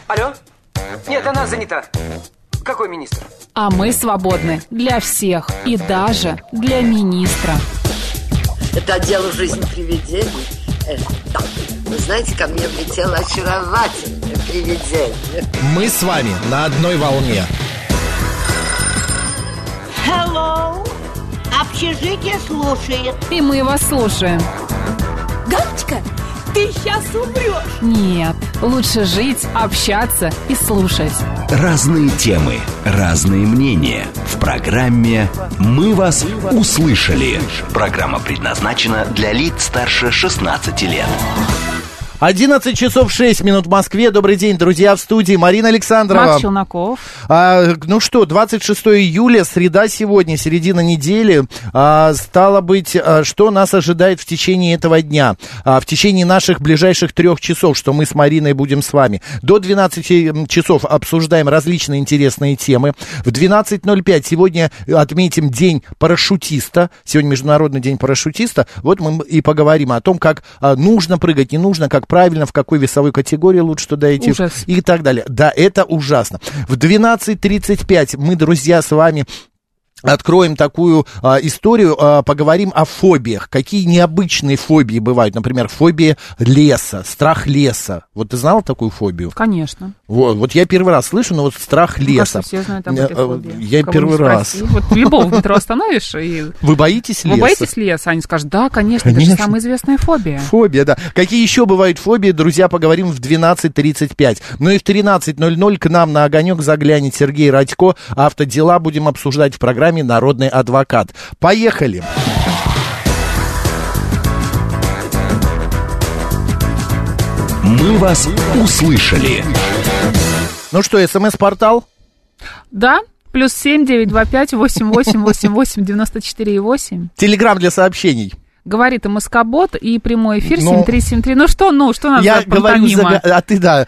Алло? Нет, она занята. Какой министр? А мы свободны для всех и даже для министра. Это отдел «Жизнь привидений». Да. Вы знаете, ко мне влетело очаровательное привидение. Мы с вами на одной волне. Hello. Общежитие слушает. И мы вас слушаем. Галочка, ты сейчас умрешь. Нет, лучше жить, общаться и слушать. Разные темы, разные мнения. В программе «Мы вас услышали». Программа предназначена для лиц старше 16 лет. 11 часов 6 минут в Москве. Добрый день, друзья, в студии Марина Александрова. Макс Челноков. Ну что, 26 июля, среда сегодня, середина недели. Стало быть, что нас ожидает в течение этого дня? В течение наших ближайших 3 часов, что мы с Мариной будем с вами. До 12 часов обсуждаем различные интересные темы. В 12:05 сегодня отметим День парашютиста. Сегодня Международный день парашютиста. Вот мы и поговорим о том, как нужно прыгать, не нужно, как правильно, в какой весовой категории лучше туда идти. Ужас. И так далее. Да, это ужасно. В 12:35 мы, друзья, с вами откроем такую историю, поговорим о фобиях. Какие необычные фобии бывают. Например, фобия леса, страх леса. Вот ты знала такую фобию? Конечно. Вот я первый раз слышу, но вот страх леса. Кажется, все знают об этой фобии. Я первый раз. Вот любого в метро остановишь и... Вы боитесь леса? Вы боитесь леса? Они скажут, да, конечно, это же самая известная фобия. Фобия, да. Какие еще бывают фобии, друзья, поговорим в 12:35. Ну и в 13:00 к нам на огонек заглянет Сергей Радько. Автодела будем обсуждать в программе «Народный адвокат». Поехали! Мы вас услышали. Ну что, СМС-портал? Да, +7 925 88 88 94 8. Телеграм для сообщений. Говорит МСК-бот и прямой эфир 7373. Ну что надо я за пантомима? Говорю, а ты, да,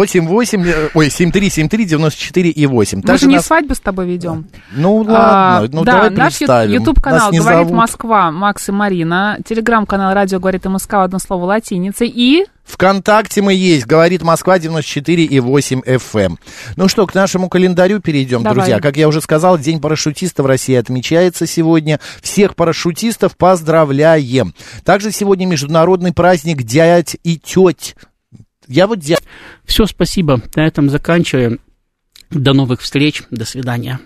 7373 94 и 8. Мы же не свадьбу с тобой ведем. Ну ладно, Да, давай наш представим. YouTube-канал «Говорит Москва», Макс и Марина. Телеграм-канал «Радио говорит МСК», одно слово латиницей. И... ВКонтакте мы есть, говорит Москва 94,8 FM. Ну что, к нашему календарю перейдем, Давай. Друзья. Как я уже сказал, День парашютиста в России отмечается сегодня. Всех парашютистов поздравляем. Также сегодня международный праздник дядь и теть. Все, спасибо. На этом заканчиваем. До новых встреч. До свидания.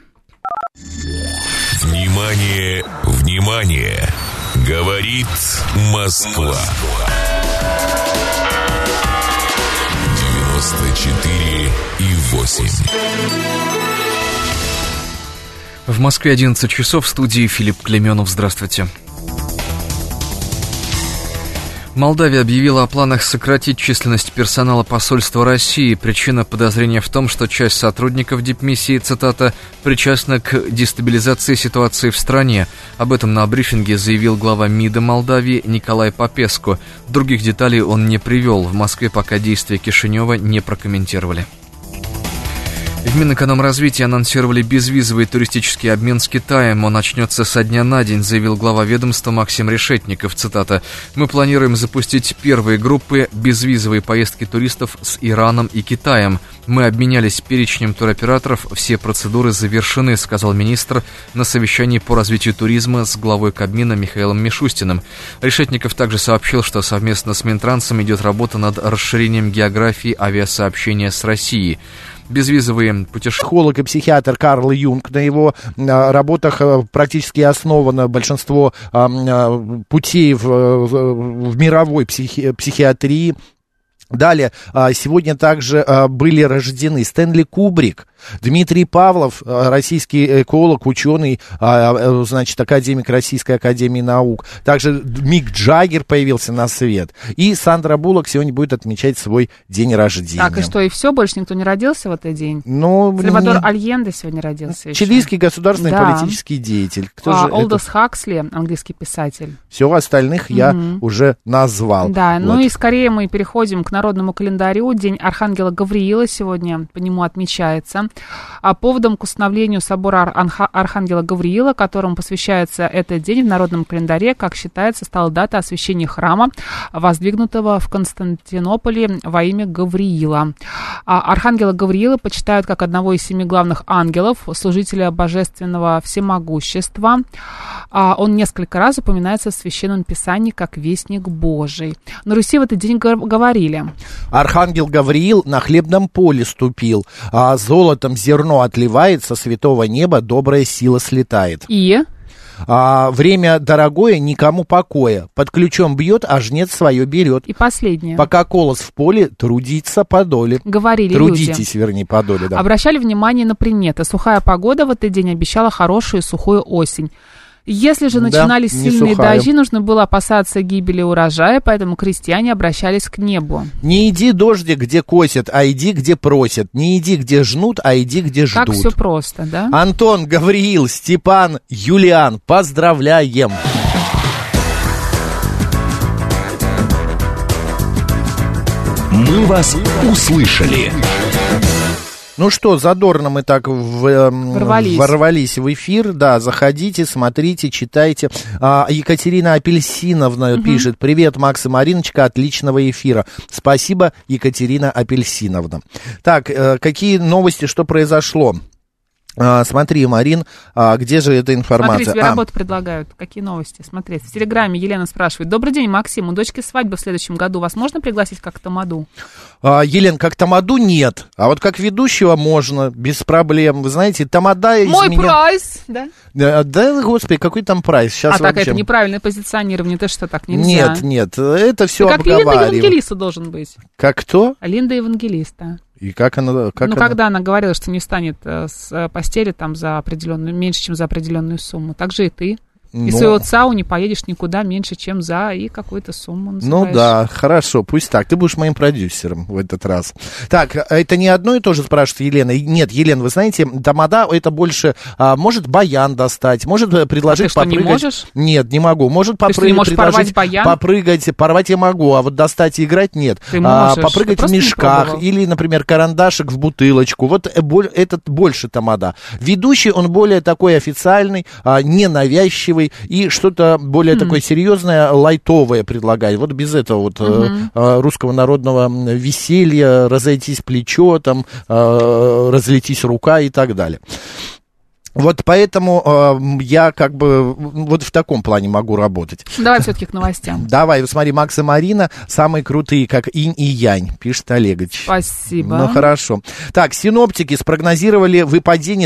Внимание, внимание! Говорит Москва. 94,8. В Москве 11 часов, в студии Филипп Клеменов. Здравствуйте. Молдавия объявила о планах сократить численность персонала посольства России. Причина подозрения в том, что часть сотрудников дипмиссии, цитата, причастна к дестабилизации ситуации в стране. Об этом на брифинге заявил глава МИДа Молдавии Николай Попеску. Других деталей он не привел. В Москве пока действия Кишинева не прокомментировали. В Минэкономразвитии анонсировали безвизовый туристический обмен с Китаем. Он начнется со дня на день, заявил глава ведомства Максим Решетников. Цитата. «Мы планируем запустить первые группы безвизовой поездки туристов с Ираном и Китаем. Мы обменялись перечнем туроператоров, все процедуры завершены», сказал министр на совещании по развитию туризма с главой Кабмина Михаилом Мишустиным. Решетников также сообщил, что совместно с Минтрансом идет работа над расширением географии авиасообщения с Россией. Безвизовые психолог и психиатр Карл Юнг. На его работах практически основано большинство путей в мировой психиатрии. Далее, сегодня также были рождены Стэнли Кубрик, Дмитрий Павлов, российский эколог, ученый, значит, академик Российской академии наук. Также Мик Джаггер появился на свет. И Сандра Буллок сегодня будет отмечать свой день рождения. Так, и что, и все? Больше никто не родился в этот день? Ну, Сальвадор Альенде сегодня родился. Чилийский государственный политический деятель. Олдос Хаксли, английский писатель. Все остальных я уже назвал. Да, вот. Ну и скорее мы переходим к народному календарю. День Архангела Гавриила сегодня по нему отмечается. А поводом к установлению собора Архангела Гавриила, которому посвящается этот день в народном календаре, как считается, стала дата освящения храма, воздвигнутого в Константинополе во имя Гавриила. Архангела Гавриила почитают как одного из 7 главных ангелов, служителя божественного всемогущества. Он несколько раз упоминается в Священном Писании как вестник Божий. На Руси в этот день говорили: Архангел Гавриил на хлебном поле ступил, а золотом зерно отливает, со святого неба добрая сила слетает. И... время дорогое, никому покоя. Под ключом бьет, а жнец свое берет. И последнее. Пока колос в поле, трудится по доле. Говорили Трудитесь, люди. Вернее, по доле, да. Обращали внимание на приметы. Сухая погода в этот день обещала хорошую сухую осень. Если же начинались сильные дожди, нужно было опасаться гибели урожая, поэтому крестьяне обращались к небу. Не иди, дождик, где косят, а иди, где просят. Не иди, где жнут, а иди, где ждут. Как все просто, да? Антон, Гавриил, Степан, Юлиан, поздравляем! Мы вас услышали. Ну что, задорно мы так ворвались в эфир. Да, заходите, смотрите, читайте. Екатерина Апельсиновна пишет: привет, Макс и Мариночка, отличного эфира. Спасибо, Екатерина Апельсиновна. Так, какие новости, что произошло? Смотри, Марин, где же эта информация? Смотри, тебе работу предлагают. Какие новости? Смотреть. В Телеграме Елена спрашивает: добрый день, Максим, у дочки свадьба в следующем году. Вас можно пригласить как тамаду? Елена, как тамаду нет. А вот как ведущего можно, без проблем. Вы знаете, тамада из Мой меня... прайс, да? Да, господи, какой там прайс? Сейчас так, вообще... это неправильное позиционирование. Ты что, так нельзя? Нет, это все обговариваем. Как Линда Евангелиста должен быть. Как кто? Линда Евангелиста. И как она... когда она говорила, что не встанет с постели там за определенную, меньше, чем за определенную сумму. Так же и ты. Из своего ЦАУ не поедешь никуда меньше, чем за и какую-то сумму называешь. Ну да, хорошо, пусть так. Ты будешь моим продюсером в этот раз. Так, это не одно и то же, спрашивает Елена. Нет, Елена, вы знаете, тамада это больше, может баян достать, может предложить что, попрыгать. Не можешь? Нет, не могу. Может попрыгать, ты не можешь порвать баян? Попрыгать, порвать я могу, а вот достать и играть нет. Ты можешь. Попрыгать в мешках или, например, карандашик в бутылочку. Вот этот больше тамада. Ведущий, он более такой официальный, ненавязчивый и что-то более такое серьезное, лайтовое предлагает. Вот без этого вот русского народного веселья, разойтись плечо, там, разлетись рука и так далее. Вот поэтому я как бы вот в таком плане могу работать. Давай все-таки к новостям. Давай, смотри, Макс и Марина самые крутые, как инь и янь, пишет Олегович. Спасибо. Ну, хорошо. Так, синоптики спрогнозировали выпадение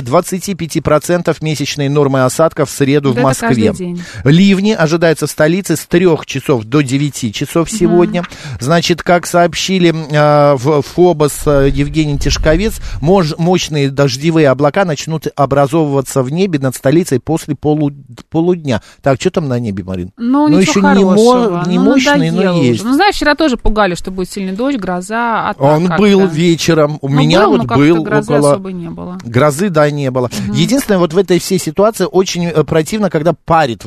25% месячной нормы осадков в среду в Москве. Ливни ожидаются в столице с 3 часов до 9 часов сегодня. Значит, как сообщили в ФОБОС Евгений Тишковец, мощные дождевые облака начнут образовываться в небе над столицей после полудня. Так, что там на небе, Марин? Ну еще не мощный, но есть. Ну, знаешь, вчера тоже пугали, что будет сильный дождь, гроза. Он был вечером. У меня вот был грозы около... особо не было. Грозы, да, не было. Единственное, вот в этой всей ситуации очень противно, когда парит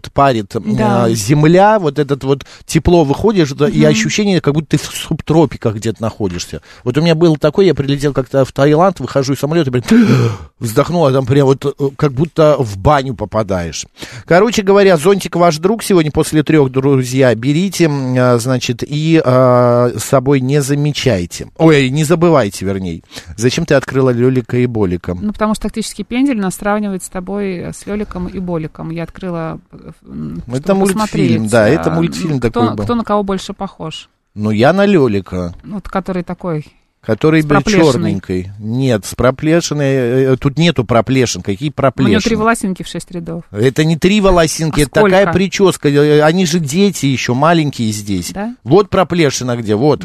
земля, вот этот вот тепло выходишь, и ощущение, как будто ты в субтропиках где-то находишься. Вот у меня было такое, я прилетел как-то в Таиланд, выхожу из самолета, вздохнул, а там прям вот как будто в баню попадаешь. Короче говоря, зонтик ваш друг сегодня после 3, друзья, берите, значит, и с собой не забывайте, вернее. Зачем ты открыла Лёлика и Болика? Ну, потому что тактический пендель нас сравнивает с тобой с Лёликом и Боликом. Я открыла, это мультфильм, да, это мультфильм такой был. Кто на кого больше похож? Ну, я на Лёлика. Вот, который такой... Который был черненькой. Нет, с проплешиной. Тут нету проплешин. Какие проплешины? У него 3 волосинки в 6 рядов. Это не 3 волосинки, это сколько? Такая прическа. Они же дети еще, маленькие здесь. Да? Вот проплешина где. Вот,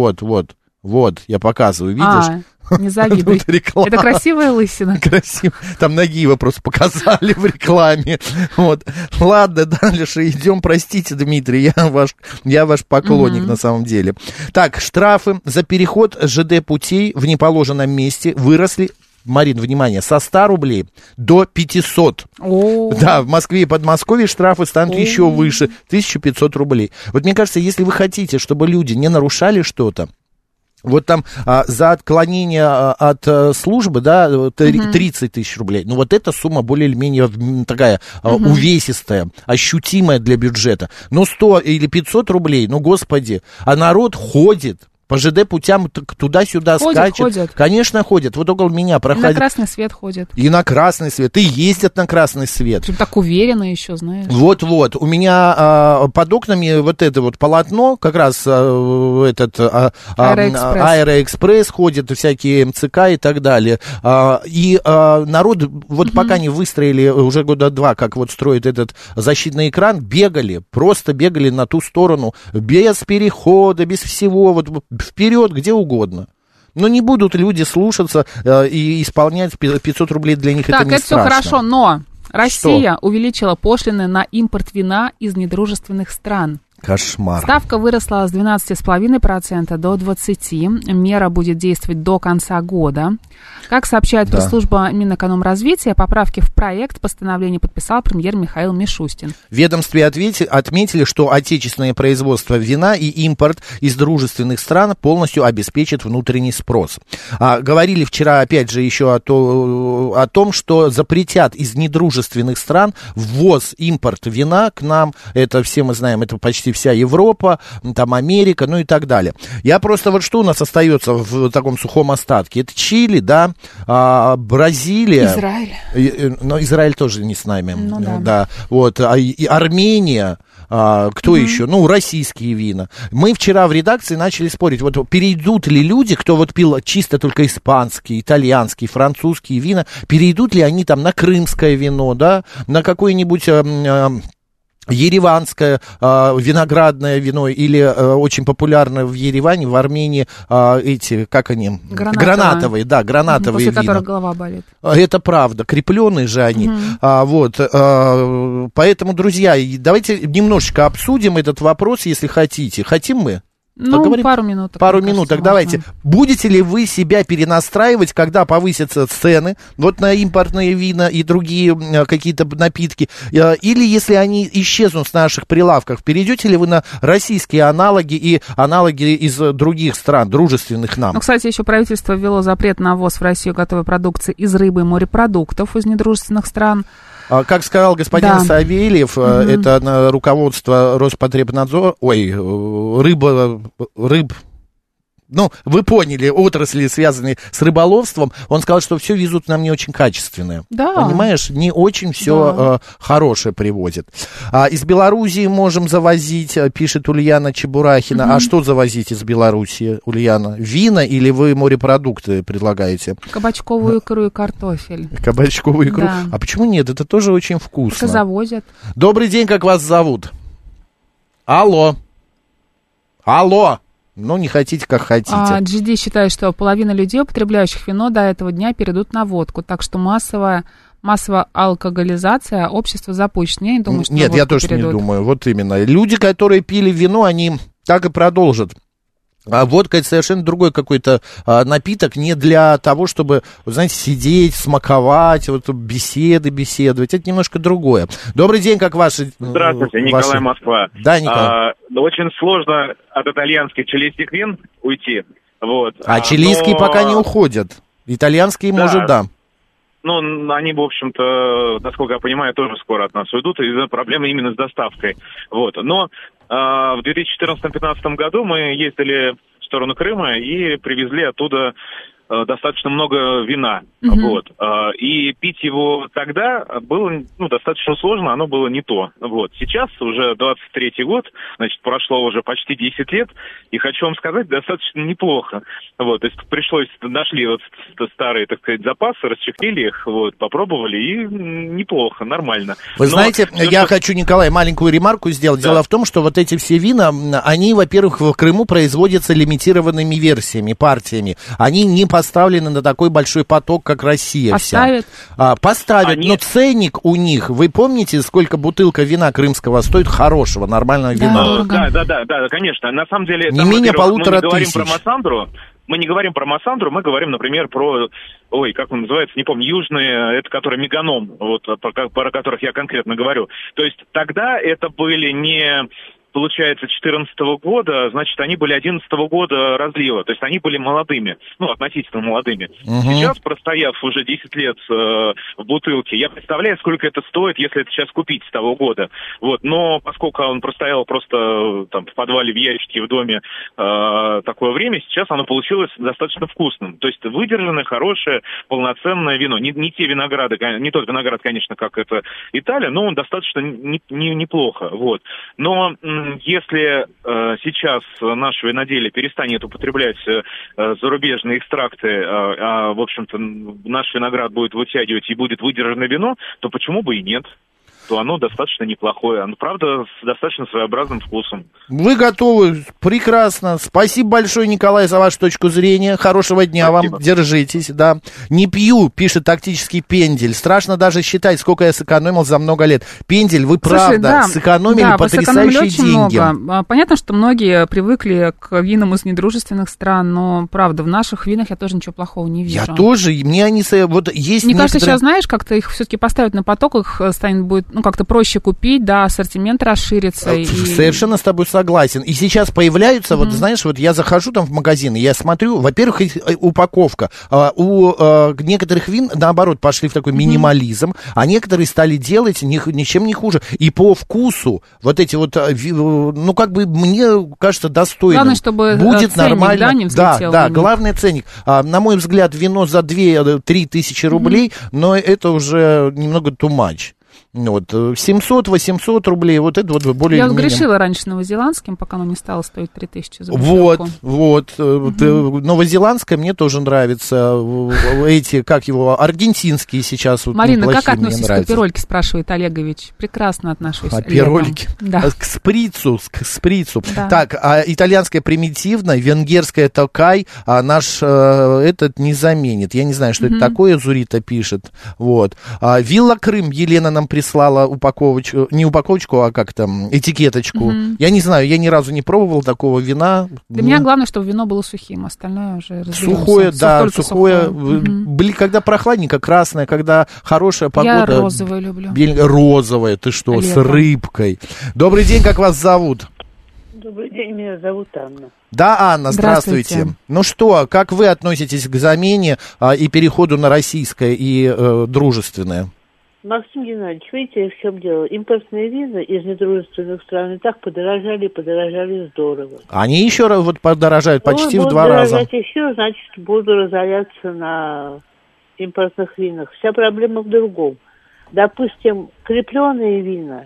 я показываю, видишь? Не завидуй. Это красивая лысина. Красиво. Там Нагиева просто показали в рекламе. Вот. Ладно, дальше идем. Простите, Дмитрий, я ваш поклонник на самом деле. Так, штрафы за переход ЖД путей в неположенном месте выросли, Марин, внимание, со 100 рублей до 500. Да, в Москве и Подмосковье штрафы станут еще выше, 1500 рублей. Вот мне кажется, если вы хотите, чтобы люди не нарушали что-то, Вот там за отклонение от службы, да, 30 тысяч рублей. Ну, вот эта сумма более или менее такая увесистая, ощутимая для бюджета. Ну, 100 или 500 рублей, ну, господи, а народ ходит. По ЖД путям туда-сюда скачет. Ходят. Конечно, ходят. Вот около меня проходят. И на красный свет ходят. И на красный свет. И ездят на красный свет. Причем так уверенно еще, знаешь. Вот-вот. У меня под окнами вот это вот полотно, как раз этот Аэроэкспресс ходит, всякие МЦК и так далее. И народ, вот пока не выстроили, уже года 2, как вот строят этот защитный экран, просто бегали на ту сторону, без перехода, без всего, вот вперед, где угодно. Но не будут люди слушаться и исполнять 500 рублей для них, так, это не страшно. Так, это все хорошо, но Россия увеличила пошлины на импорт вина из недружественных стран. Кошмар. Ставка выросла с 12,5% до 20%. Мера будет действовать до конца года. Как сообщает пресс-служба Минэкономразвития, поправки в проект постановления подписал премьер Михаил Мишустин. В ведомстве отметили, что отечественное производство вина и импорт из дружественных стран полностью обеспечит внутренний спрос. Говорили вчера, опять же, еще о том, что запретят из недружественных стран ввоз, импорт вина к нам. Это все мы знаем, это почти вся Европа, там Америка, ну и так далее. Я просто вот что у нас остается в таком сухом остатке? Это Чили, да, Бразилия. Израиль. Но Израиль тоже не с нами. Ну, да. Вот, и Армения. Кто еще? Ну, российские вина. Мы вчера в редакции начали спорить, вот перейдут ли люди, кто вот пил чисто только испанские, итальянские, французские вина, перейдут ли они там на крымское вино, да, на какое-нибудь ереванское виноградное вино или очень популярное в Ереване, в Армении эти, как они? Гранатовые, да, гранатовые вина. После которых голова болит. Это правда, крепленые же они. Поэтому, друзья, давайте немножечко обсудим этот вопрос, если хотите. Хотим мы? Ну, поговорим? Пару минуток, давайте. Будете ли вы себя перенастраивать, когда повысятся цены вот на импортные вина и другие какие-то напитки, или если они исчезнут с наших прилавков, перейдете ли вы на российские аналоги и аналоги из других стран, дружественных нам? Ну, кстати, еще правительство ввело запрет на ввоз в Россию готовой продукции из рыбы и морепродуктов из недружественных стран. Как сказал господин Савельев, это руководство Роспотребнадзора, ну, вы поняли, отрасли, связанные с рыболовством, он сказал, что все везут нам не очень качественное. Да. Понимаешь, не очень все хорошее привозят. Из Белоруссии можем завозить, пишет Ульяна Чебурахина. А что завозить из Белоруссии, Ульяна? Вина или вы морепродукты предлагаете? Кабачковую икру и картофель. Кабачковую икру? Да. А почему нет? Это тоже очень вкусно. Это завозят. Добрый день, как вас зовут? Алло. Ну, не хотите, как хотите. GD считает, что половина людей, употребляющих вино, до этого дня перейдут на водку. Так что массовая алкоголизация общества запущена. Я не думаю, что Нет, я тоже перейдут. Не думаю. Вот именно. Люди, которые пили вино, они так и продолжат. А водка — это совершенно другой какой-то напиток, не для того, чтобы, знаете, сидеть, смаковать, вот беседовать. Это немножко другое. Добрый день, как ваши... Здравствуйте, Николай, Москва. Да, Николай. Очень сложно от итальянских чилийских вин уйти. Вот. Чилийские пока не уходят. Итальянские, может, да. Ну, они, в общем-то, насколько я понимаю, тоже скоро от нас уйдут, из-за проблемы именно с доставкой. Вот. Но в 2014-2015 году мы ездили в сторону Крыма и привезли оттуда достаточно много вина. Вот. И пить его тогда было достаточно сложно, оно было не то. Вот. Сейчас уже 23-й год, значит, прошло уже почти 10 лет, и хочу вам сказать, достаточно неплохо. Вот. То есть нашли вот старые, так сказать, запасы, расчехлили их, вот, попробовали, и неплохо, нормально. Вы знаете, я хочу, Николай, маленькую ремарку сделать. Дело в том, что вот эти все вина, они, во-первых, в Крыму производятся лимитированными версиями, партиями. Они не поставлены на такой большой поток, как Россия. Поставят? Поставят, но ценник у них, вы помните, сколько бутылка вина крымского стоит хорошего, нормального вина? Да, конечно. На самом деле, не менее 1500. Мы не говорим про Массандру, мы говорим, например, про, как он называется, не помню, южные, это который Меганом, вот, про которых я конкретно говорю. То есть тогда это были не получается, 2014 года, значит, они были 2011 года разлива, то есть они были молодыми, ну, относительно молодыми. Сейчас, простояв уже 10 лет в бутылке, я представляю, сколько это стоит, если это сейчас купить с того года. Вот. Но поскольку он простоял просто там в подвале, в ящике, в доме такое время, сейчас оно получилось достаточно вкусным. То есть выдержанное, хорошее, полноценное вино. Не те винограды, не тот виноград, конечно, как это Италия, но он достаточно неплохо. Вот. Но если сейчас наше виноделие перестанет употреблять зарубежные экстракты, в общем-то, наш виноград будет вытягивать и будет выдержанное вино, то почему бы и нет? То оно достаточно неплохое. Оно, правда, с достаточно своеобразным вкусом. Вы готовы? Прекрасно. Спасибо большое, Николай, за вашу точку зрения. Хорошего дня. Спасибо вам. Держитесь, да. Не пью, пишет тактический Пендель. Страшно даже считать, сколько я сэкономил за много лет. Пендель, вы правда сэкономили потрясающие деньги. Много. Понятно, что многие привыкли к винам из недружественных стран, но, правда, в наших винах я тоже ничего плохого не вижу. Я тоже. Мне они... Вот есть Мне кажется, сейчас, знаешь, как-то их все-таки поставят на поток, их станет будет как-то проще купить, да, ассортимент расширится. Совершенно с тобой согласен. И сейчас появляются, вот знаешь, вот я захожу там в магазин, и я смотрю, во-первых, упаковка. У некоторых вин, наоборот, пошли в такой минимализм, а некоторые стали делать ничем не хуже. И по вкусу вот эти вот, ну, как бы, мне кажется, достойным. Главное, чтобы будет ценник, нормально. Да, не взлетел. Да, главный ценник. На мой взгляд, вино за 2-3 тысячи рублей, но это уже немного too much. Вот, 700-800 рублей, вот это вот более... Я грешила раньше новозеландским, пока оно не стало стоить 3000 за бутылку. Вот. Новозеландское мне тоже нравится. Эти, как его, аргентинские сейчас вот. Марина, как относитесь к аперольке, спрашивает Олегович. Прекрасно отношусь. Аперольке? Да. К сприцу. Да. Так, итальянская примитивная, венгерская токай, наш этот не заменит. Я не знаю, что это такое, Зурита пишет. Вот. Вилла Крым, Елена нам прислала упаковочку, не упаковочку, а как там, этикеточку. Я не знаю, я ни разу не пробовал такого вина. Для меня главное, чтобы вино было сухим, остальное уже разберемся. Сухое, да, сухое. Были когда прохладненько, красное, когда хорошая погода. Я розовое люблю. Розовое, ты что, с рыбкой. Добрый день, как вас зовут? Добрый день, меня зовут Анна. Да, Анна, здравствуйте. Ну что, как вы относитесь к замене и переходу на российское и дружественное? Максим Геннадьевич, видите, в чем дело? Импортные вина из недружественных стран и так подорожали здорово. Они еще вот подорожают почти в 2 раза. Будут дорожать еще, значит, буду разоряться на импортных винах. Вся проблема в другом. Допустим, крепленые вина,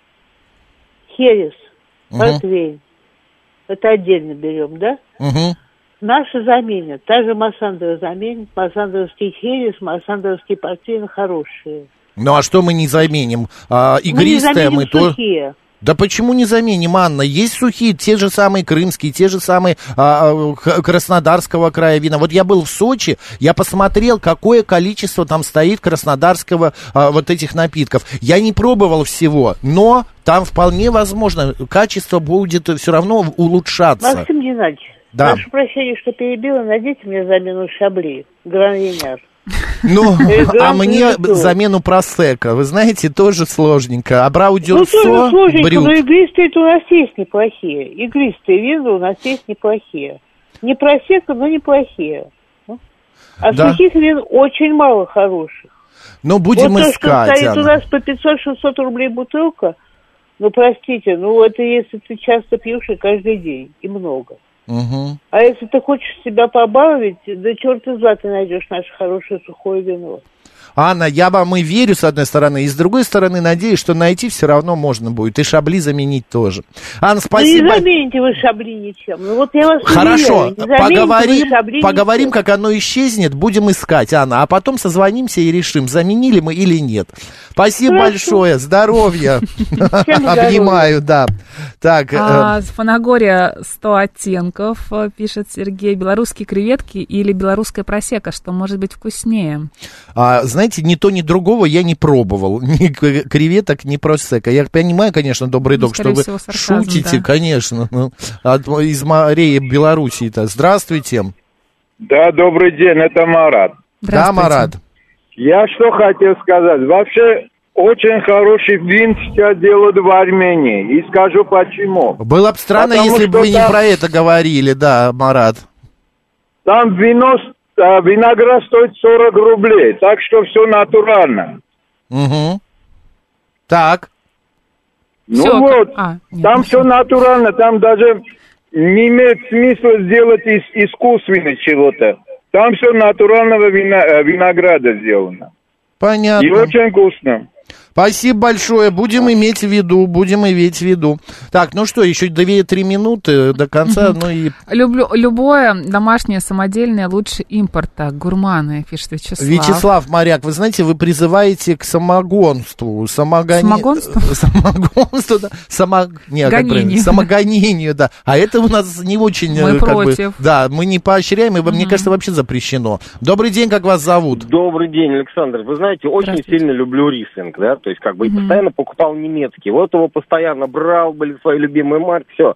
херес, портвейн, это отдельно берем, да? Наши заменят. Та же Массандра заменит, массандровский херес, массандровский портвейн хорошие. Ну, а что мы не заменим? Игристое мы то... Сухие. Да почему не заменим, Анна? Есть сухие, те же самые крымские, те же самые Краснодарского края вина. Вот я был в Сочи, я посмотрел, какое количество там стоит краснодарского вот этих напитков. Я не пробовал всего, но там вполне возможно, качество будет все равно улучшаться. Максим Геннадьевич, прошу прощения, что перебила, найдите мне замену Шабли, Гран-Виняр. Ну, а мне замену просекко, вы знаете, тоже сложненько. Абрау дюрсо, тоже сложненько, брют. Но игристые-то у нас есть неплохие. Игристые вина у нас есть неплохие. Не просекко, но неплохие. А сухих вин очень мало хороших. Ну, будем вот искать, то, что стоит Анна. у нас по 500-600 рублей бутылка, ну, простите, ну, это если ты часто пьешь и каждый день, и много. А если ты хочешь себя побаловать, да черт из два ты найдешь наше хорошее сухое вино. Анна, я вам и верю, с одной стороны, и с другой стороны, надеюсь, что найти все равно можно будет, и Шабли заменить тоже. Анна, спасибо. Ну, не замените вы Шабли ничем. Ну, вот я вас Хорошо, уверяю, поговорим, как оно исчезнет, будем искать, Анна, а потом созвонимся и решим, заменили мы или нет. Спасибо большое, здоровья. Обнимаю, да. Так. Фанагория 100 оттенков, пишет Сергей. Белорусские креветки или белорусская просека, что может быть вкуснее? Знаете, ни то, ни другого я не пробовал. Ни креветок, ни просека. Я понимаю, конечно, добрый док, что вы шутите, да. Конечно. Из морей Белоруссии-то. Здравствуйте. Да, добрый день, это Марат. Да, Марат. Я что хотел сказать. Вообще, очень хороший вин сейчас делают в Армении. И скажу почему. Было бы странно, Потому если бы вы не там, про это говорили, да, Марат. Там виноград стоит 40 рублей, так что все натурально. Угу. Так. Ну Всё, вот, нет, там все натурально, там даже не имеет смысла сделать искусственно чего-то. Там все натурального винограда сделано. Понятно. И очень вкусно. Спасибо большое, будем иметь в виду. Так, ну что, еще 2-3 минуты до конца, ну и... Любое домашнее самодельное лучше импорта. Гурманы, пишет Вячеслав. Вячеслав Моряк, вы знаете, вы призываете к самогонству. Самогонству? Самогонству, да. Самогонению, да. А это у нас не очень... Мы против. Да, мы не поощряем, и, мне кажется, вообще запрещено. Добрый день, как вас зовут? Добрый день, Александр. Вы знаете, очень сильно люблю рислинг, да, то есть как бы и постоянно покупал немецкий. Вот его постоянно брал, были свои любимые марки, все.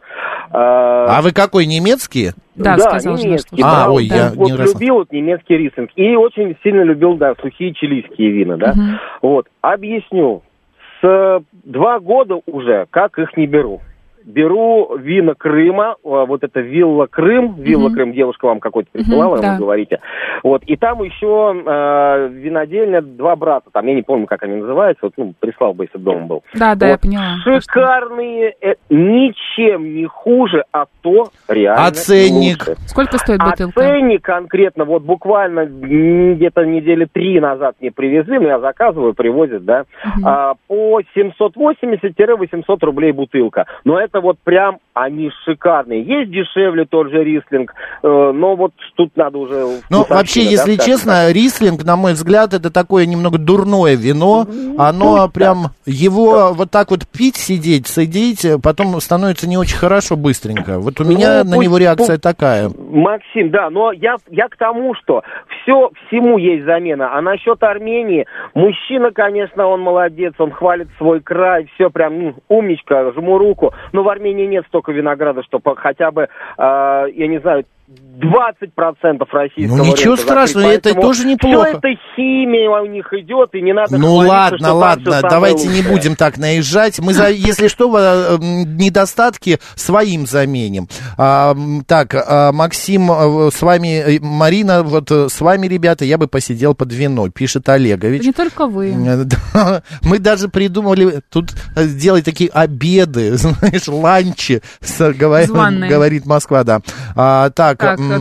А вы какой, немецкий? Да, сказал, немецкий. Да. Ой, я вот не раз... любил вот немецкий рислинг. И очень сильно любил, да, сухие чилийские вина, да. Вот, объясню. С 2 года уже, как их не беру. Беру вина Крыма, вот это Вилла Крым, девушка вам какой-то присылала, вы говорите. Вот, и там еще винодельня 2 брата, там, я не помню, как они называются, вот, ну, прислал бы, если бы дома был. Да, вот, я поняла. Шикарные, ничем не хуже, а то реально ценник? лучше. Сколько стоит бутылка? Ценник конкретно, вот буквально где-то недели 3 назад мне привезли, но я заказываю, привозят, да, по 780-800 рублей бутылка. Но это вот прям, они шикарные. Есть дешевле тот же рислинг, но вот тут надо уже... Ну, вообще, если честно, рислинг, на мой взгляд, это такое немного дурное вино. Оно прям, его вот так вот пить, сидеть, потом становится не очень хорошо быстренько. Вот у меня на него реакция такая. Максим, да, но я к тому, что всему есть замена. А насчет Армении, мужчина, конечно, он молодец, он хвалит свой край, все прям умничка, жму руку. Но в Армении нет столько винограда, чтобы хотя бы, я не знаю, 20% российского. Ну ничего страшного, это тоже неплохо. Все это химия у них идет, и не надо... Ну ладно, давайте не будем так наезжать. Мы, если что, недостатки своим заменим. Так, Максим, с вами, Марина, вот с вами, ребята, я бы посидел под вино, пишет Олегович. Не только вы. Мы даже придумали тут делать такие обеды, знаешь, ланчи, говорит Москва, да. Так,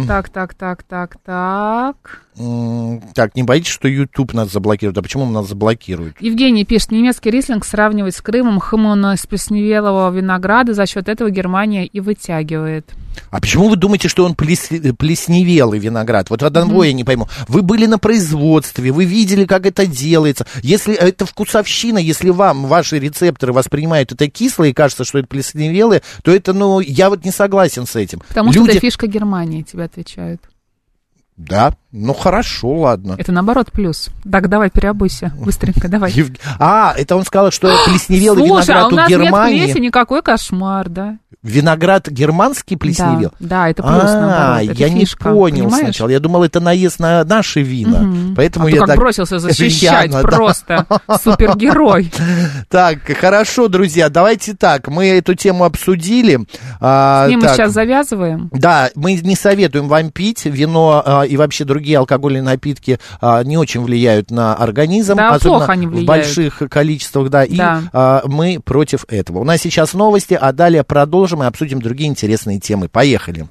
Так, не боитесь, что YouTube нас заблокирует? А почему нас заблокируют? Евгений пишет, немецкий рислинг сравнивать с Крымом, хмуно с плесневелого винограда, за счет этого Германия и вытягивает. А почему вы думаете, что он плесневелый виноград? Вот одного я не пойму. Вы были на производстве, вы видели, как это делается. Если это вкусовщина, если ваши рецепторы воспринимают это кислое и кажется, что это плесневелое, то это, я вот не согласен с этим. Потому что это фишка Германии, тебе отвечают. Да, хорошо, ладно. Это наоборот плюс. Так, давай, переобуйся, быстренько, давай. Это он сказал, что плесневелый виноград у Германии. Слушай, а у нас нет плесени, никакой кошмар, да? Виноград германский плесневел? Да, это плюс, наоборот, это я фишка, не понял понимаешь? сначала. Я думал, это наезд на наши вина. Поэтому я как бросился защищать, просто супергерой. Так, хорошо, друзья, давайте так, мы эту тему обсудили. С ним мы сейчас завязываем. Да, мы не советуем вам пить. Вино и вообще другие алкогольные напитки не очень влияют на организм. Да, особенно плохо они влияют. В больших количествах, да. И мы против этого. У нас сейчас новости, а далее продолжим и обсудим другие интересные темы. Поехали.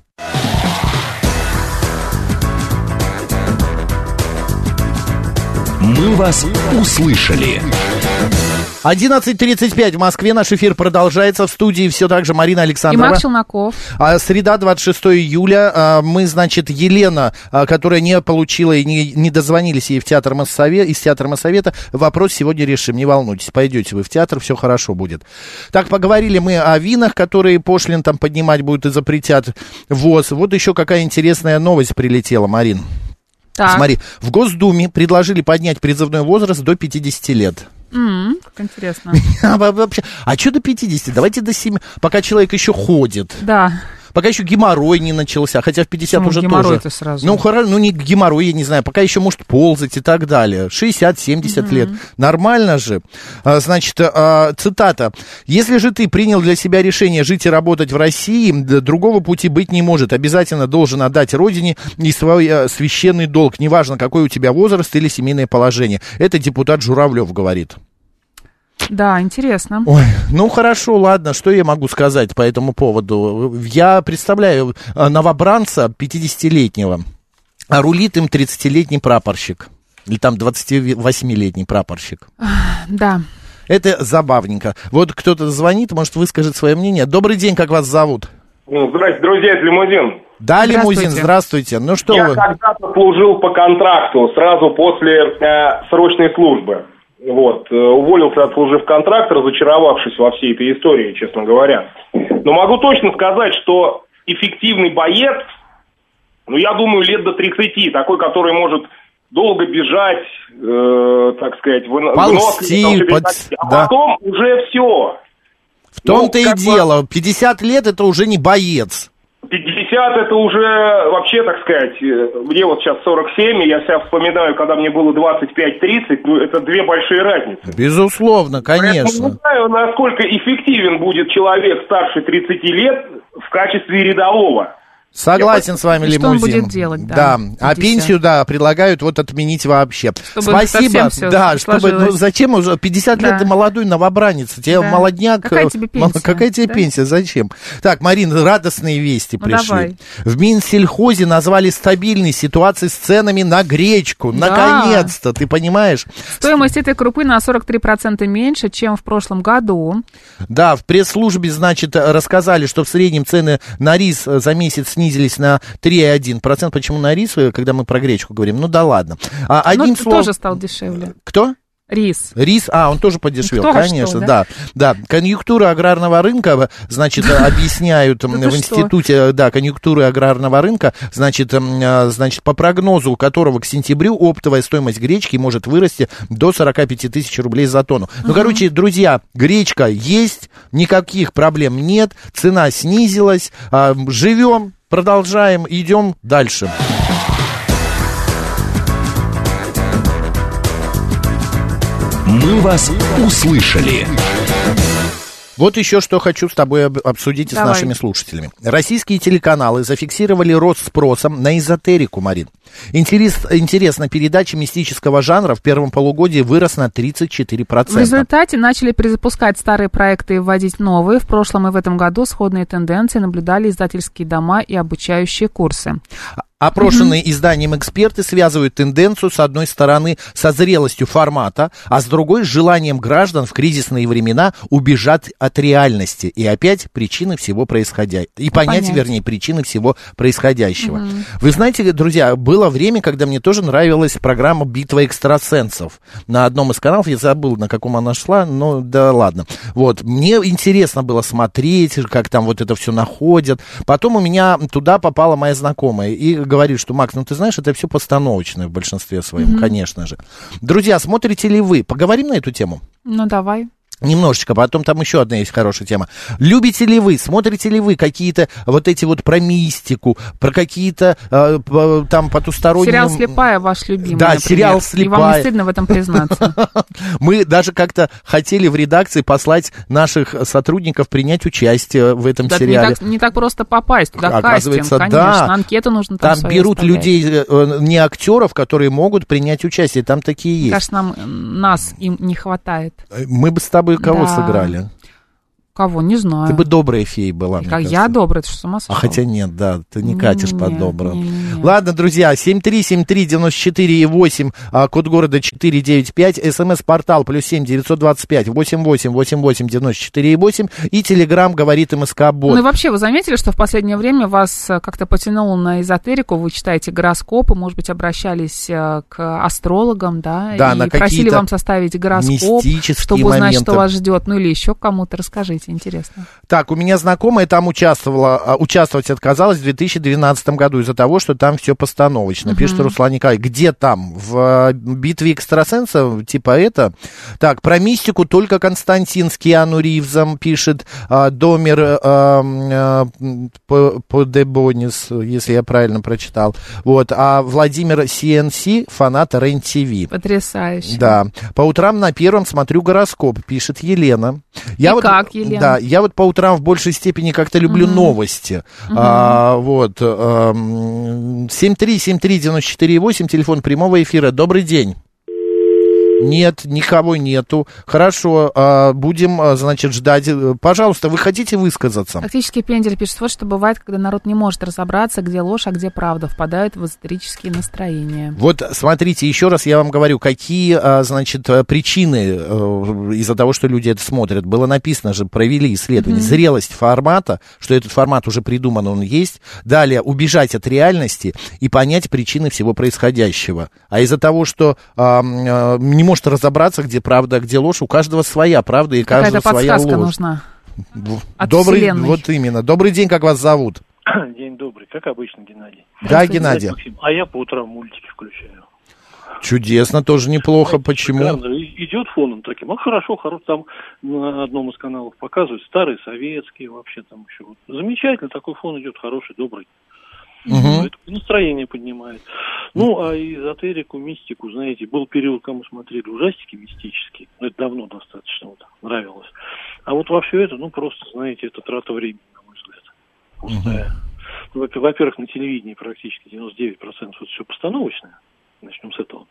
Мы вас услышали. 11:35 в Москве. Наш эфир продолжается. В студии все так же Марина Александрова. И Марк Челноков. Среда, 26 июля. Мы, значит, Елена, которая не получила и не дозвонились ей в театр Моссовета, из театра Моссовета, вопрос сегодня решим. Не волнуйтесь, пойдете вы в театр, все хорошо будет. Так, поговорили мы о винах, которые пошлин там поднимать будут и запретят ввоз. Вот еще какая интересная новость прилетела, Марин. Так. Смотри, в Госдуме предложили поднять призывной возраст до 50 лет. Как интересно. А что до 50? Давайте до 7, пока человек еще ходит. Да. Пока еще геморрой не начался, хотя в 50 Почему уже геморрой-то тоже. сразу? Ну, не геморрой, я не знаю, пока еще может ползать и так далее. 60-70 лет. Нормально же. Значит, цитата. «Если же ты принял для себя решение жить и работать в России, другого пути быть не может. Обязательно должен отдать родине и свой священный долг. Неважно, какой у тебя возраст или семейное положение». Это депутат Журавлев говорит. Да, интересно. Ой, ну хорошо, ладно, что я могу сказать по этому поводу? Я представляю новобранца 50-летнего, а рулит им 30-летний прапорщик. Или там 28-летний прапорщик. Да. Это забавненько. Вот кто-то звонит, может, выскажет свое мнение. Добрый день, как вас зовут? Здравствуйте, друзья, это Лимузин. Да, Лимузин, здравствуйте. Ну что Я вы? когда-то служил по контракту, сразу после срочной службы. Вот, уволился, отслужив контракт, разочаровавшись во всей этой истории, честно говоря. Но могу точно сказать, что эффективный боец, ну, я думаю, лет до 30, такой, который может долго бежать, так сказать, ползти, потом уже все. В том-то и дело, 50 лет это уже не боец. 50 это уже вообще, так сказать, мне вот сейчас 47, и я себя вспоминаю, когда мне было 25-30, ну, это две большие разницы. Безусловно, конечно. Поэтому не знаю, насколько эффективен будет человек старше 30 лет в качестве рядового. Согласен с вами, Лимузин. Что он будет делать, да. А пенсию, да, предлагают вот отменить вообще. Чтобы спасибо, да, чтобы, ну, зачем уже, 50 лет ты молодой новобранец, тебе молодняк. Какая тебе пенсия? Какая тебе пенсия, зачем? Так, Марин, радостные вести пришли. Давай. В Минсельхозе назвали стабильной ситуацией с ценами на гречку. Да. Наконец-то, ты понимаешь? Стоимость этой крупы на 43% меньше, чем в прошлом году. Да, в пресс-службе, значит, рассказали, что в среднем цены на рис за месяц снизились на 3,1%. Почему на рис, когда мы про гречку говорим? Ну да ладно. Одним словом... тоже стал дешевле. Кто? Рис. Рис, он тоже подешевел, Кто конечно, что, да. Конъюнктура аграрного рынка, значит, объясняют в институте, конъюнктуры аграрного рынка, значит, по прогнозу которого к сентябрю оптовая стоимость гречки может вырасти до 45 тысяч рублей за тонну. Ну, короче, друзья, гречка есть, никаких проблем нет, цена снизилась, живем, продолжаем, идем дальше. Мы вас услышали. Вот еще что хочу с тобой обсудить и с нашими слушателями. Российские телеканалы зафиксировали рост спроса на эзотерику, Марин. Интересно, передача мистического жанра в первом полугодии вырос на 34%. В результате начали перезапускать старые проекты и вводить новые. В прошлом и в этом году сходные тенденции наблюдали издательские дома и обучающие курсы. Опрошенные изданием эксперты связывают тенденцию, с одной стороны, со зрелостью формата, а с другой, с желанием граждан в кризисные времена убежать от реальности. И опять причины всего происходящего. И понять, вернее, причины всего происходящего. Вы знаете, друзья, было время, когда мне тоже нравилась программа «Битва экстрасенсов». На одном из каналов, я забыл, на каком она шла, но да ладно. Вот, мне интересно было смотреть, как там вот это все находят. Потом у меня туда попала моя знакомая и говорит, что, Макс, ну ты знаешь, это все постановочное в большинстве своем, конечно же. Друзья, смотрите ли вы? Поговорим на эту тему? Ну, давай. Немножечко, потом там еще одна есть хорошая тема. Любите ли вы, смотрите ли вы какие-то вот эти вот про мистику, про какие-то там потусторонние... Сериал «Слепая» ваш любимый, да, например. сериал «Слепая». И вам не стыдно в этом признаться? Мы даже как-то хотели в редакции послать наших сотрудников принять участие в этом сериале. Не так просто попасть туда, кастинг, конечно, да. анкету нужно там Там берут людей, не актеров, которые могут принять участие, там такие есть. Кажется, нас им не хватает. Мы бы с тобой кого сыграли? Кого? Не знаю. Ты бы добрая фея была, мне кажется. Я добрая, ты что, с ума сошел? Хотя нет, да, ты не катишь под добрым. Ладно, друзья, 7373948, код города 495, смс-портал +7 925 88 88 94,8 и телеграм говорит МСК-бот. Ну и вообще, вы заметили, что в последнее время вас как-то потянуло на эзотерику, вы читаете гороскопы, может быть, обращались к астрологам, да, и на просили вам составить гороскоп, чтобы узнать, что вас ждет, ну или еще кому-то, расскажите. Расскажите, интересно. Так, у меня знакомая там участвовать отказалась в 2012 году из-за того, что там все постановочно. Пишет Руслан Николаевич. Где там? В битве экстрасенсов? Типа это? Так, про мистику только Константин с Киану Ривзом пишет. Домер Подебонис, если я правильно прочитал. Вот. А Владимир СНС, фанат РЕН-ТВ. Потрясающе. Да. По утрам на Первом смотрю гороскоп, пишет Елена. Как, Елена? Да, я вот по утрам в большей степени как-то люблю новости. Вот. 7373948, телефон прямого эфира. Добрый день. Нет, никого нету. Хорошо, будем, значит, ждать. Пожалуйста, вы хотите высказаться? Фактически Пендель пишет, вот что бывает, когда народ не может разобраться, где ложь, а где правда, впадают в эзотерические настроения. Вот, смотрите, еще раз я вам говорю, какие, значит, причины из-за того, что люди это смотрят. Было написано же, провели исследование. Зрелость формата, что этот формат уже придуман, он есть. Далее, убежать от реальности и понять причины всего происходящего. А из-за того, что не может разобраться, где правда, а где ложь. У каждого своя правда и каждого своя ложь. Какая-то подсказка нужна. Добрый, вот именно. Добрый день, как вас зовут? День добрый, как обычно, Геннадий. Да, Геннадий. А я по утрам мультики включаю. Чудесно, тоже неплохо. Почему? Идет фоном таким. хорошо, там на одном из каналов показывают старые советские вообще там еще. Замечательно, такой фон идет хороший, добрый. Это настроение поднимает. Ну, а эзотерику, мистику, знаете, был период, когда мы смотрели ужастики мистические. Это давно достаточно нравилось. А вот во все это, просто, знаете, это трата времени, на мой взгляд. Пустая. Во-первых, на телевидении практически 99% это все постановочное. Начнем с этого.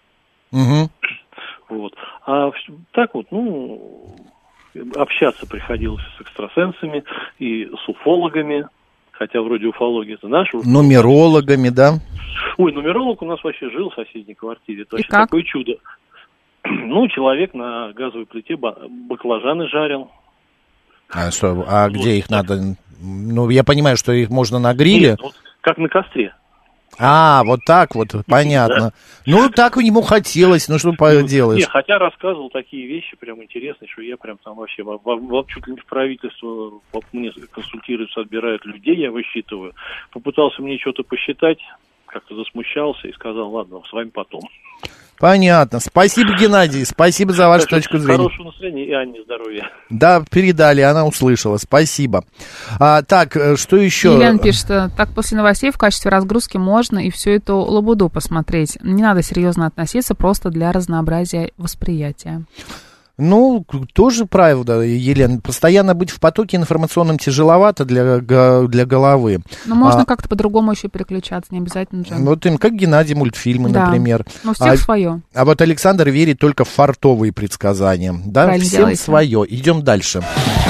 Вот. А так вот, общаться приходилось с экстрасенсами и с уфологами. Хотя вроде уфология это наша. Нумерологами, да? Ой, нумеролог у нас вообще жил в соседней квартире. Это вообще такое чудо. Человек на газовой плите баклажаны жарил. А где их надо? Я понимаю, что их можно на гриле. Нет, как на костре. Вот так вот, понятно. Да? Так ему хотелось, что поделаешь. Хотя рассказывал такие вещи прям интересные, что я прям там вообще чуть ли не в правительство мне консультируются, отбирают людей, я высчитываю. Попытался мне что-то посчитать, как-то засмущался и сказал, ладно, с вами потом. Понятно. Спасибо, Геннадий, спасибо за вашу точку зрения. Хорошего настроения и Анне здоровья. Да, передали, она услышала, спасибо. Так, что еще? Елена пишет, так после новостей в качестве разгрузки можно и всю эту лабуду посмотреть. Не надо серьезно относиться, просто для разнообразия восприятия. Тоже правда, Елена. Постоянно быть в потоке информационном тяжеловато для головы. Можно как-то по-другому еще переключаться, не обязательно же. Как Геннадий мультфильмы, например. Всех свое. А вот Александр верит только в фартовые предсказания. Да, правильно всем делаете. свое. Идем дальше.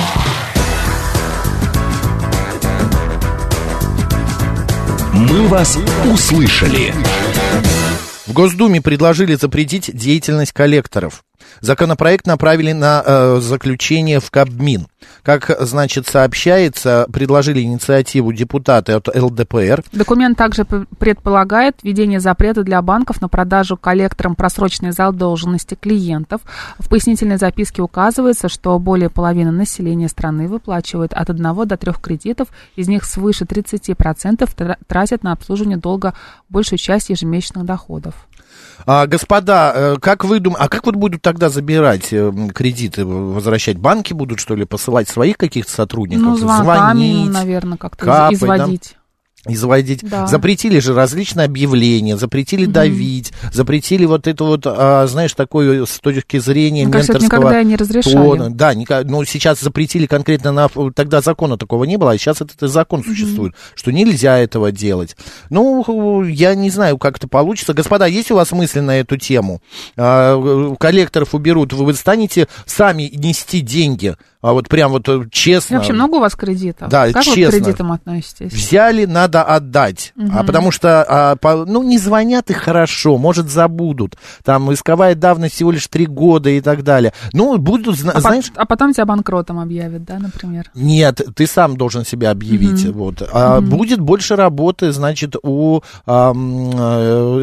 Мы вас услышали. В Госдуме предложили запретить деятельность коллекторов. Законопроект направили на заключение в Кабмин. Как, значит, сообщается, предложили инициативу депутаты от ЛДПР. Документ также предполагает введение запрета для банков на продажу коллекторам просроченной задолженности клиентов. В пояснительной записке указывается, что более половины населения страны выплачивают от 1 до 3 кредитов, из них свыше 30% тратят на обслуживание долга большую часть ежемесячных доходов. Господа, как вы думаете, как вот будут тогда забирать кредиты, возвращать? Банки будут, что ли, посылать своих каких-то сотрудников? Звонками, наверное, как-то капать, изводить. Изводить. Да. Запретили же различные объявления, запретили давить, запретили вот это вот, знаешь, такое с точки зрения менторского никогда не разрешали. тона. Да, сейчас запретили конкретно, тогда закона такого не было, а сейчас этот закон существует, что нельзя этого делать. Я не знаю, как это получится. Господа, есть у вас мысли на эту тему? Коллекторов уберут, вы станете сами нести деньги, прям честно. И вообще много у вас кредитов? Да, как честно. вы к кредитам относитесь? Взяли, надо отдать. Потому что, не звонят и хорошо, может, забудут. Там исковая давность всего лишь 3 года и так далее. Будут, знаешь... А потом тебя банкротом объявят, да, например? Нет, ты сам должен себя объявить. Будет больше работы, значит, у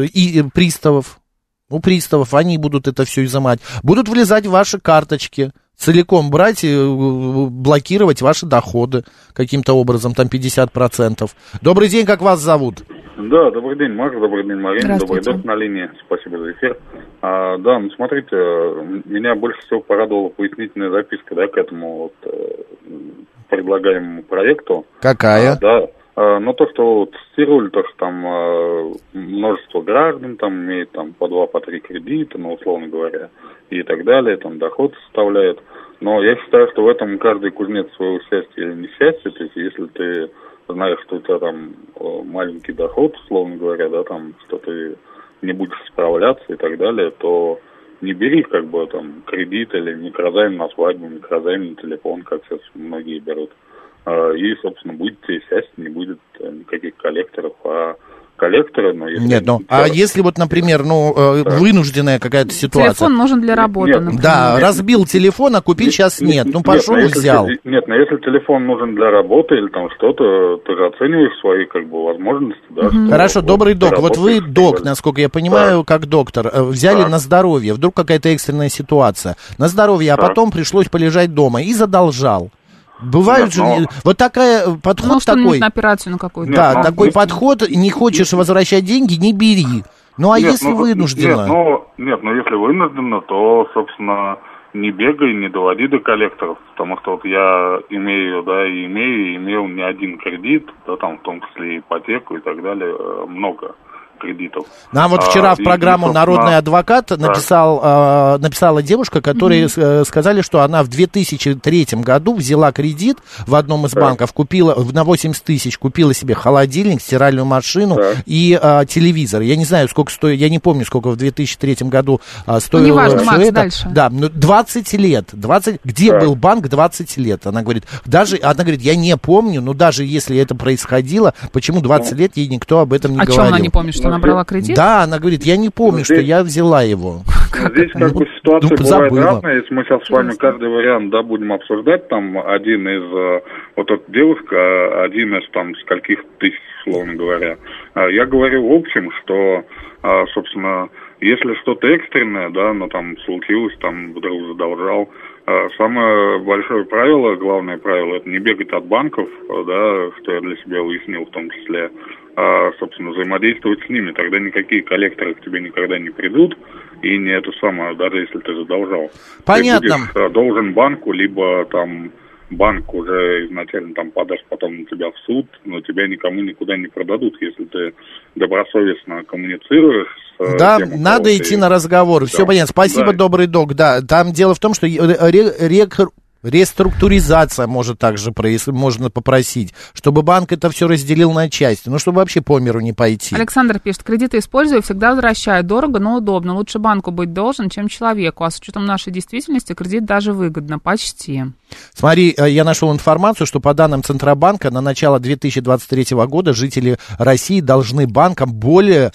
приставов. У приставов они будут это все изымать. Будут влезать в ваши карточки. целиком брать и блокировать ваши доходы каким-то образом, там 50%. Добрый день, как вас зовут? Да, добрый день, Макс, добрый день, Марина, добрый день на линии, спасибо за эфир. Да, ну смотрите, меня больше всего порадовала пояснительная записка, да, к этому вот предлагаемому проекту. Какая? Да, но то, что вот цитировали, то, что там множество граждан там имеет там по 2, по 3 кредита, ну, условно говоря, и так далее, там доход составляет. Но я считаю, что в этом каждый кузнец своего счастья или несчастья, то есть если ты знаешь, что у тебя там маленький доход, условно говоря, да, там, что ты не будешь справляться и так далее, то не бери, как бы, там, кредит или микрозайм на свадьбу, микрозайм на телефон, как сейчас многие берут. И, собственно, будет тебе счастье, не будет никаких коллекторов, коллекторы, но если... Нет, ну, а если вот, например, вынужденная какая-то ситуация... Телефон нужен для работы, например. Да, разбил телефон, а купить сейчас нет. Ну, пошел и взял. Нет, но если телефон нужен для работы или там что-то, ты же оцениваешь свои, как бы, возможности, да. Хорошо, добрый док. Вот вы док, насколько я понимаю, как доктор, взяли на здоровье, вдруг какая-то экстренная ситуация. На здоровье, а потом пришлось полежать дома и задолжал. Бывают же, вот такая подход такой. На операцию на какую-то. Да, такой подход, не хочешь возвращать деньги, не бери. Ну, а если вынужденно? Нет, если вынужденно, то, собственно, не бегай, не доводи до коллекторов, потому что вот я имею не один кредит, да, там, в том числе и ипотеку и так далее, много кредитов. Нам вот вчера в программу «Народный адвокат» написала девушка, которая сказали, что она в 2003 году взяла кредит в одном из банков, купила на 80 тысяч, купила себе холодильник, стиральную машину и телевизор. Я не знаю, сколько стоит, я не помню, сколько в 2003 году стоило все это. Дальше. Да, 20 лет. Где был банк 20 лет? Она говорит, я не помню, но даже если это происходило, почему 20 лет ей никто об этом не говорил? О чем она не помнит, что она брала кредит? Да, она говорит, я не помню, что я взяла его. Здесь как бы ситуация бывает разная. Если мы сейчас с вами каждый вариант будем обсуждать, там один из, вот эта девушка, один из там скольких тысяч, условно говоря. Я говорю в общем, что, собственно, если что-то экстренное, да, но там случилось, там вдруг задолжал, самое большое правило, главное правило, это не бегать от банков, да, что я для себя уяснил в том числе, собственно, взаимодействовать с ними, тогда никакие коллекторы к тебе никогда не придут, и не это самое, даже если ты задолжал. Понятно. Ты будешь должен банку, либо там банк уже изначально там подаст потом на тебя в суд, но тебя никому никуда не продадут, если ты добросовестно коммуницируешь. Да, надо идти на разговор. Все понятно. Спасибо, добрый док. Да, там дело в том, что реструктуризация может также можно попросить, чтобы банк это все разделил на части, ну, чтобы вообще по миру не пойти. Александр пишет, кредиты использую, всегда возвращаю, дорого, но удобно. Лучше банку быть должен, чем человеку, а с учетом нашей действительности кредит даже выгодно, почти. Смотри, я нашел информацию, что по данным Центробанка на начало 2023 года жители России должны банкам более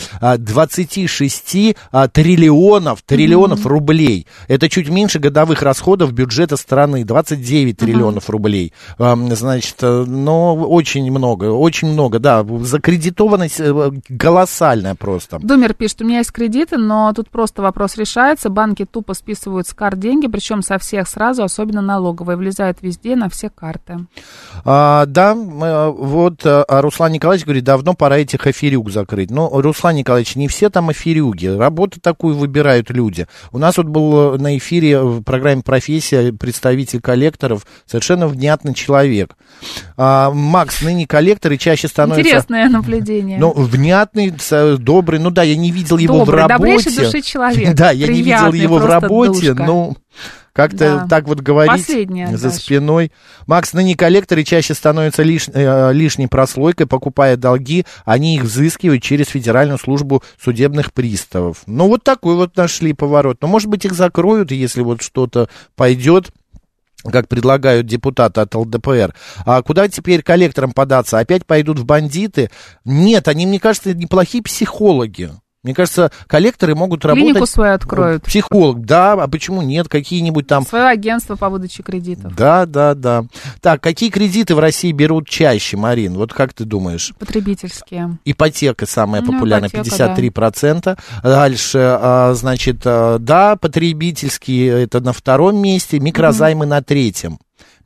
26 триллионов рублей. Это чуть меньше годовых расходов бюджета страны, 29 триллионов рублей. Значит, ну, очень много, да. Закредитованность колоссальная просто. Думер пишет, у меня есть кредиты, но тут просто вопрос решается. Банки тупо списывают с карт деньги, причем со всех сразу, особенно налоговые. Влезают везде, на все карты. Да, вот Руслан Николаевич говорит, давно пора этих аферюг закрыть. Но, Руслан Николаевич, не все там аферюги. Работу такую выбирают люди. У нас вот был на эфире в программе «Профессия» представитель коллекторов, совершенно внятный человек. Макс, ныне коллекторы чаще становятся... Интересное наблюдение. Ну, внятный, добрый, ну да, я не видел его в работе. Добрейшей души человек. Да, я не видел его в работе, ну... Как-то так вот говорить за спиной. Макс, ныне коллекторы чаще становятся лишней прослойкой, покупая долги, они их взыскивают через Федеральную службу судебных приставов. Ну, вот такой вот нашли поворот. Но, может быть, их закроют, если вот что-то пойдет, как предлагают депутаты от ЛДПР. А куда теперь коллекторам податься? Опять пойдут в бандиты? Нет, они, мне кажется, неплохие психологи. Мне кажется, коллекторы могут работать... Клинику свою откроют. Психолог, да, а почему нет? Какие-нибудь там... Свое агентство по выдаче кредитов. Да. Так, какие кредиты в России берут чаще, Марин? Вот как ты думаешь? Потребительские. Ипотека самая популярная, ипотека, 53%. Да. Дальше, значит, да, потребительские, это на втором месте, микрозаймы на третьем.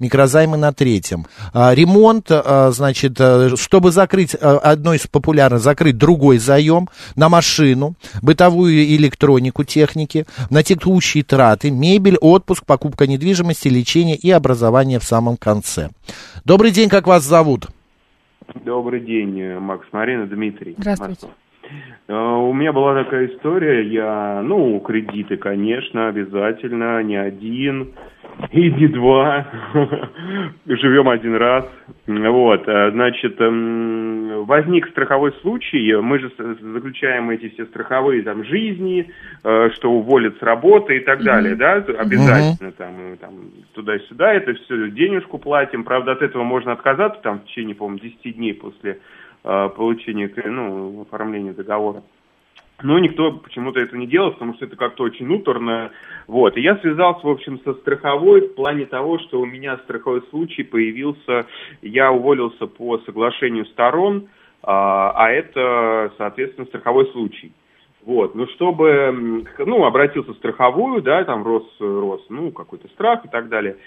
Ремонт, значит, чтобы закрыть, одно из популярных, закрыть другой заем на машину, бытовую электронику, техники, на текущие траты, мебель, отпуск, покупка недвижимости, лечение и образование в самом конце. Добрый день, как вас зовут? Добрый день, Макс, Марина, Дмитрий. Здравствуйте. У меня была такая история, кредиты, конечно, обязательно, не один и не два, живем один раз. Вот, значит, возник страховой случай, мы же заключаем эти все страховые там жизни, что уволят с работы и так далее, да, обязательно там туда-сюда, это все денежку платим, правда, от этого можно отказаться там в течение, по-моему, 10 дней после получения, оформления договора. Но никто почему-то это не делал, потому что это как-то очень муторно. Вот. И я связался, в общем, со страховой в плане того, что у меня страховой случай появился, я уволился по соглашению сторон, а это, соответственно, страховой случай. Вот, чтобы, обратился в страховую, да, там рос, какой-то страх и так далее,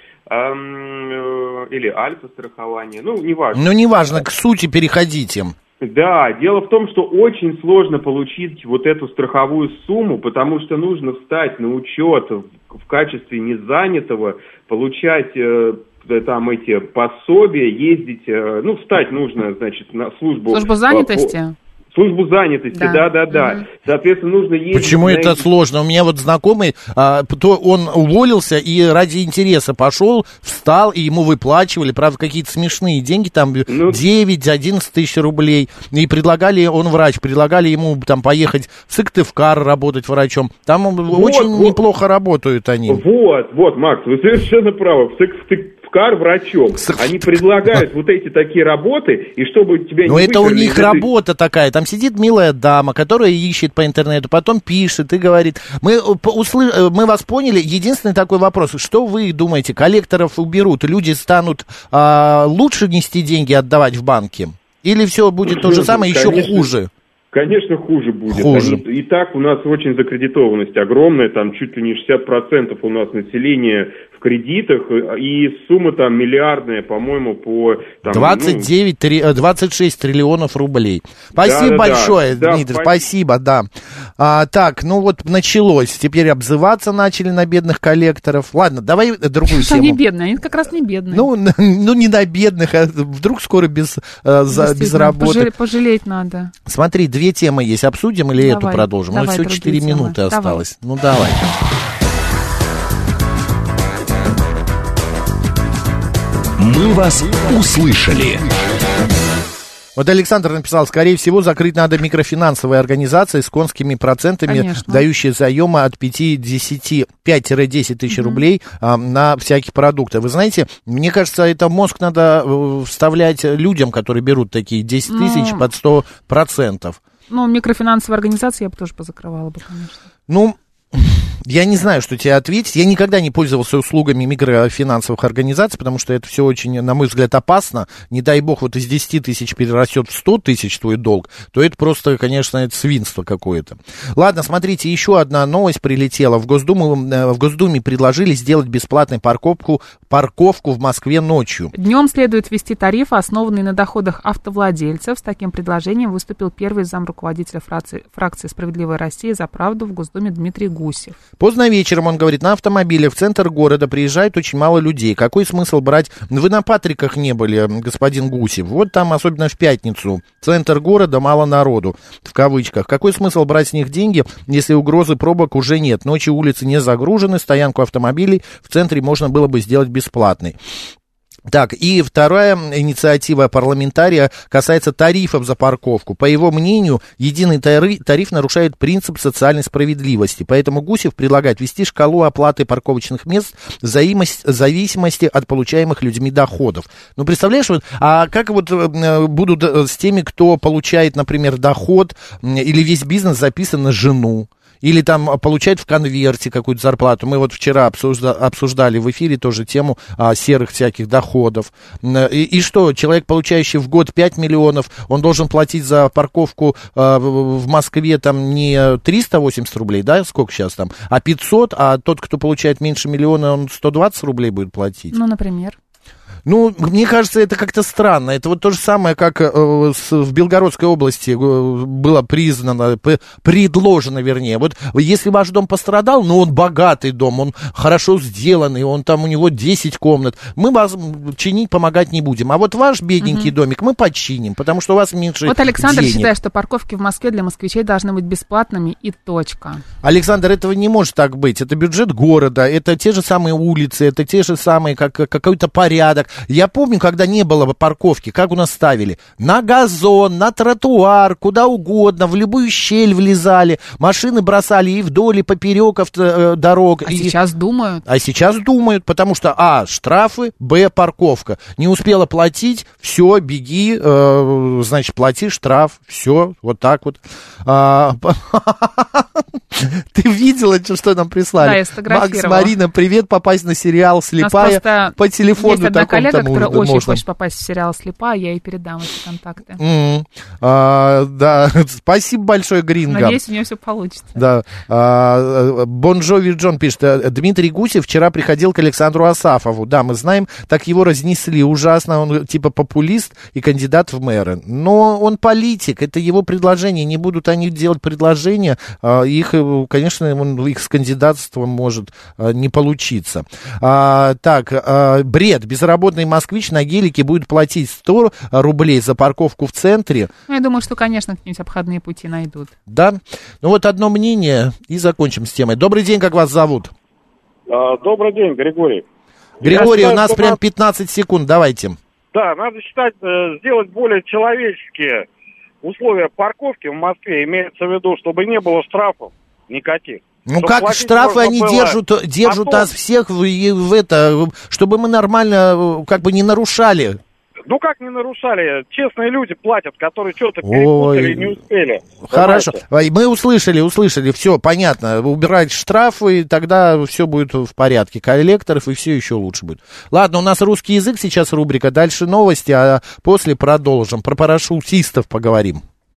или альфа-страхование, неважно. Неважно, к сути переходите. Да, дело в том, что очень сложно получить вот эту страховую сумму, потому что нужно встать на учет в качестве незанятого, получать там эти пособия, ездить, встать нужно, значит, на службу... Службу занятости? Службу занятости, да. Соответственно, нужно ездить... Почему это сложно? У меня вот знакомый, он уволился и ради интереса пошел, встал, и ему выплачивали, правда, какие-то смешные деньги, там 9-11 тысяч рублей, и предлагали ему там поехать в Сыктывкар работать врачом. Там очень неплохо работают они. Вот, Макс, вы совершенно правы. В Сыктывкар врачом. Они предлагают вот эти такие работы, и чтобы тебя не... Но это у них работа такая. Там сидит милая дама, которая ищет по интернету, потом пишет и говорит. Мы вас поняли. Единственный такой вопрос. Что вы думаете, коллекторов уберут? Люди станут лучше нести деньги, отдавать в банки? Или все будет то же самое, еще хуже? Конечно, хуже будет. И так у нас очень закредитованность огромная, там чуть ли не 60% у нас населения в кредитах, и сумма там миллиардная, по-моему, по... 26 триллионов рублей. Спасибо большое, Дмитрий, спасибо, да. Так, началось. Теперь обзываться начали на бедных коллекторов. Ладно, давай другую тему. Они бедные, они как раз не бедные. Не на бедных, а вдруг скоро без работы. Пожалеть надо. Смотри, две темы есть. Обсудим или эту продолжим? Всего 4 минуты осталось. Давай. Мы вас услышали. Вот Александр написал, скорее всего, закрыть надо микрофинансовые организации с конскими процентами, конечно, дающие заемы от 5-10 тысяч рублей на всякие продукты. Вы знаете, мне кажется, это мозг надо вставлять людям, которые берут такие 10 тысяч под 100%. Микрофинансовые организации я бы тоже позакрывала бы, конечно. Я не знаю, что тебе ответить. Я никогда не пользовался услугами микрофинансовых организаций, потому что это все очень, на мой взгляд, опасно. Не дай бог, вот из 10 тысяч перерастет в 100 тысяч твой долг, то это просто, конечно, это свинство какое-то. Ладно, смотрите, еще одна новость прилетела. В Госдуме предложили сделать бесплатную парковку в Москве ночью. Днем следует ввести тарифы, основанные на доходах автовладельцев. С таким предложением выступил первый замруководителя фракции «Справедливая Россия за правду» в Госдуме Дмитрий Гусев. Поздно вечером, он говорит, на автомобилях в центр города приезжает очень мало людей. Какой смысл брать? Вы на Патриках не были, господин Гусев. Вот там, особенно в пятницу, центр города, мало народу, в кавычках. Какой смысл брать с них деньги, если угрозы пробок уже нет? Ночью улицы не загружены, стоянку автомобилей в центре можно было бы сделать бесплатной. Так, и вторая инициатива парламентария касается тарифов за парковку. По его мнению, единый тариф нарушает принцип социальной справедливости. Поэтому Гусев предлагает ввести шкалу оплаты парковочных мест в зависимости от получаемых людьми доходов. Ну, представляешь, вот, а как вот будут с теми, кто получает, например, доход или весь бизнес записан на жену? Или там получает в конверте какую-то зарплату. Мы вот вчера обсуждали в эфире тоже тему серых всяких доходов. И что, человек, получающий в год 5 миллионов, он должен платить за парковку в Москве там не 380 рублей, да, сколько сейчас там, а 500, а тот, кто получает меньше миллиона, он 120 рублей будет платить? Ну, например. Ну, мне кажется, это как-то странно. Это вот то же самое, как в Белгородской области было предложено, вернее. Вот если ваш дом пострадал, но он богатый дом, он хорошо сделанный, он там у него 10 комнат, мы вас чинить, помогать не будем. А вот ваш бедненький домик мы починим, потому что у вас меньше Вот Александр денег. считает, что парковки в Москве для москвичей должны быть бесплатными и точка. Александр, этого не может так быть. Это бюджет города, это те же самые улицы, это те же самые, какой-то порядок. Я помню, когда не было парковки, как у нас ставили? На газон, на тротуар, куда угодно, в любую щель влезали, машины бросали и вдоль, и поперек дорог. Сейчас думают? А сейчас думают, потому что, штрафы, парковка. Не успела платить, все, беги, значит, плати штраф, все, вот так вот. Ты видела, что нам прислали? Да, я сфотографировала. Макс, Марина, привет, попасть на сериал «Слепая» по телефону. Есть одна коллега, которая очень можно. хочет попасть в сериал «Слепая», я ей передам эти контакты. Да, спасибо большое, Гринго. Надеюсь, у нее все получится. Да. Бон Джови Джон пишет: Дмитрий Гусев вчера приходил к Александру Асафову. Да, мы знаем, так его разнесли ужасно, он типа популист и кандидат в мэры. Но он политик, это его предложение, не будут они делать предложения, их, конечно, их с кандидатством может не получиться. Так, бред. Безработный москвич на гелике будет платить 100 рублей за парковку в центре. Ну, я думаю, что, конечно, какие-нибудь обходные пути найдут. Да? Ну, вот одно мнение, и закончим с темой. Добрый день, как вас зовут? Добрый день, Григорий. Григорий, у нас прям 15 секунд, давайте. Да, надо считать, сделать более человеческие условия парковки в Москве, имеется в виду, чтобы не было штрафов никаких. Ну как штрафы они держат нас всех в это, чтобы мы нормально как бы не нарушали. Ну как не нарушали? Честные люди платят, которые что-то перепутали и не успели. Хорошо, мы услышали, все понятно. Убирать штрафы, тогда все будет в порядке. Коллекторов и все еще лучше будет. Ладно, у нас русский язык сейчас рубрика, дальше новости, а после продолжим. Про парашютистов поговорим.